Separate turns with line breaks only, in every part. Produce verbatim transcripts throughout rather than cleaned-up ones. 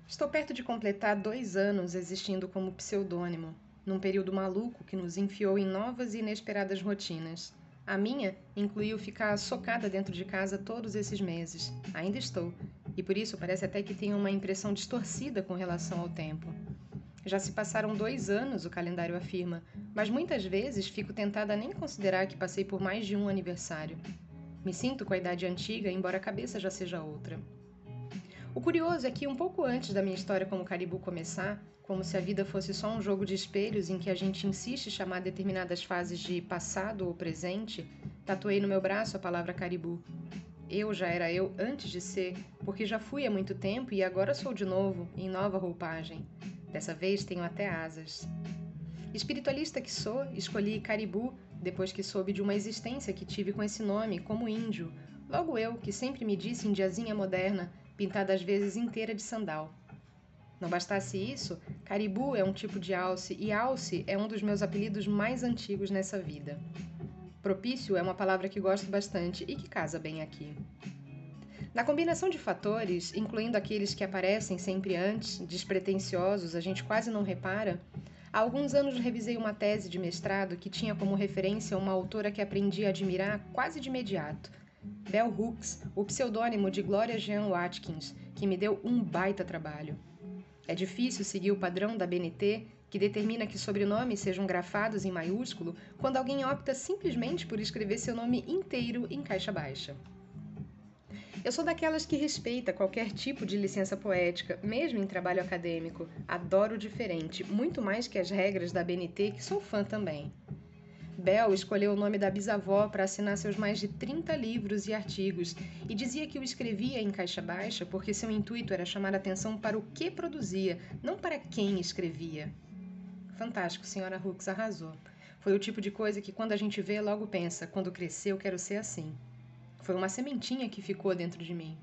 Estou perto de completar dois anos existindo como pseudônimo, num período maluco que nos enfiou em novas e inesperadas rotinas. A minha incluiu ficar socada dentro de casa todos esses meses. Ainda estou, e por isso parece até que tenho uma impressão distorcida com relação ao tempo. Já se passaram dois anos, o calendário afirma, mas muitas vezes fico tentada a nem considerar que passei por mais de um aniversário. Me sinto com a idade antiga, embora a cabeça já seja outra. O curioso é que um pouco antes da minha história como Caribou começar, como se a vida fosse só um jogo de espelhos em que a gente insiste em chamar determinadas fases de passado ou presente, tatuei no meu braço a palavra Caribou. Eu já era eu antes de ser, porque já fui há muito tempo e agora sou de novo, em nova roupagem. Dessa vez tenho até asas. Espiritualista que sou, escolhi Caribou depois que soube de uma existência que tive com esse nome, como índio. Logo eu, que sempre me disse indiazinha moderna, pintada às vezes inteira de sandal. Não bastasse isso, Caribou é um tipo de alce e alce é um dos meus apelidos mais antigos nessa vida. Propício é uma palavra que gosto bastante e que casa bem aqui. Na combinação de fatores, incluindo aqueles que aparecem sempre antes, despretensiosos, a gente quase não repara, há alguns anos revisei uma tese de mestrado que tinha como referência uma autora que aprendi a admirar quase de imediato, Bell Hooks, o pseudônimo de Gloria Jean Watkins, que me deu um baita trabalho. É difícil seguir o padrão da B N T, que determina que sobrenomes sejam grafados em maiúsculo quando alguém opta simplesmente por escrever seu nome inteiro em caixa baixa. Eu sou daquelas que respeita qualquer tipo de licença poética, mesmo em trabalho acadêmico. Adoro o diferente, muito mais que as regras da B N T, que sou fã também. Bell escolheu o nome da bisavó para assinar seus mais de trinta livros e artigos e dizia que o escrevia em caixa baixa porque seu intuito era chamar atenção para o que produzia, não para quem escrevia. Fantástico, senhora Hooks arrasou. Foi o tipo de coisa que quando a gente vê, logo pensa, quando crescer eu quero ser assim. Foi uma sementinha que ficou dentro de mim.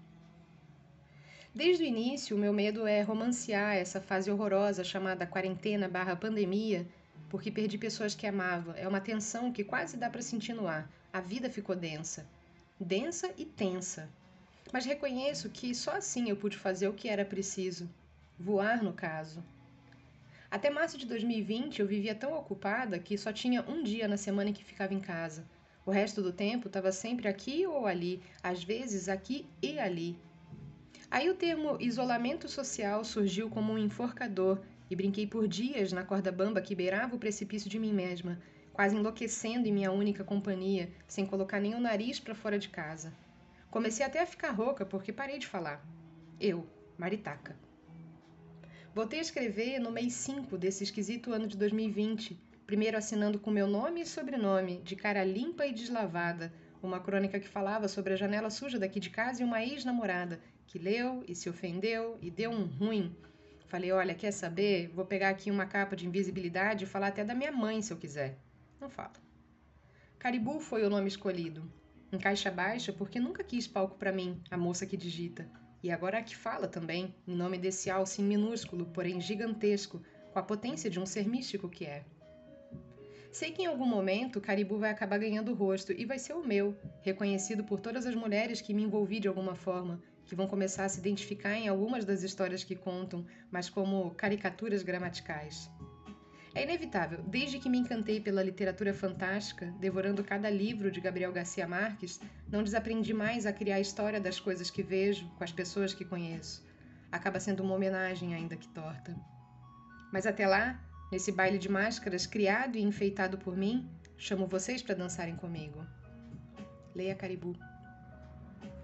Desde o início, o meu medo é romancear essa fase horrorosa chamada quarentena barra pandemia, porque perdi pessoas que amava. É uma tensão que quase dá para sentir no ar. A vida ficou densa. Densa e tensa. Mas reconheço que só assim eu pude fazer o que era preciso. Voar, no caso. Até março de dois mil e vinte eu vivia tão ocupada que só tinha um dia na semana em que ficava em casa. O resto do tempo estava sempre aqui ou ali, às vezes aqui e ali. Aí o termo isolamento social surgiu como um enforcador e brinquei por dias na corda bamba que beirava o precipício de mim mesma, quase enlouquecendo em minha única companhia, sem colocar nem o nariz para fora de casa. Comecei até a ficar rouca porque parei de falar. Eu, Maritaca. Voltei a escrever no mês cinco desse esquisito ano de dois mil e vinte, primeiro assinando com meu nome e sobrenome, de cara limpa e deslavada, uma crônica que falava sobre a janela suja daqui de casa e uma ex-namorada, que leu e se ofendeu e deu um ruim. Falei, olha, quer saber? Vou pegar aqui uma capa de invisibilidade e falar até da minha mãe se eu quiser. Não falo. Caribou foi o nome escolhido. Em caixa baixa porque nunca quis palco para mim, a moça que digita. E agora a que fala também, em nome desse alce minúsculo, porém gigantesco, com a potência de um ser místico que é. Sei que em algum momento Caribou vai acabar ganhando rosto e vai ser o meu, reconhecido por todas as mulheres que me envolvi de alguma forma, que vão começar a se identificar em algumas das histórias que contam, mas como caricaturas gramaticais. É inevitável, desde que me encantei pela literatura fantástica, devorando cada livro de Gabriel Garcia Marques, não desaprendi mais a criar a história das coisas que vejo, com as pessoas que conheço. Acaba sendo uma homenagem, ainda que torta. Mas até lá, nesse baile de máscaras criado e enfeitado por mim, chamo vocês para dançarem comigo. Leia Caribou.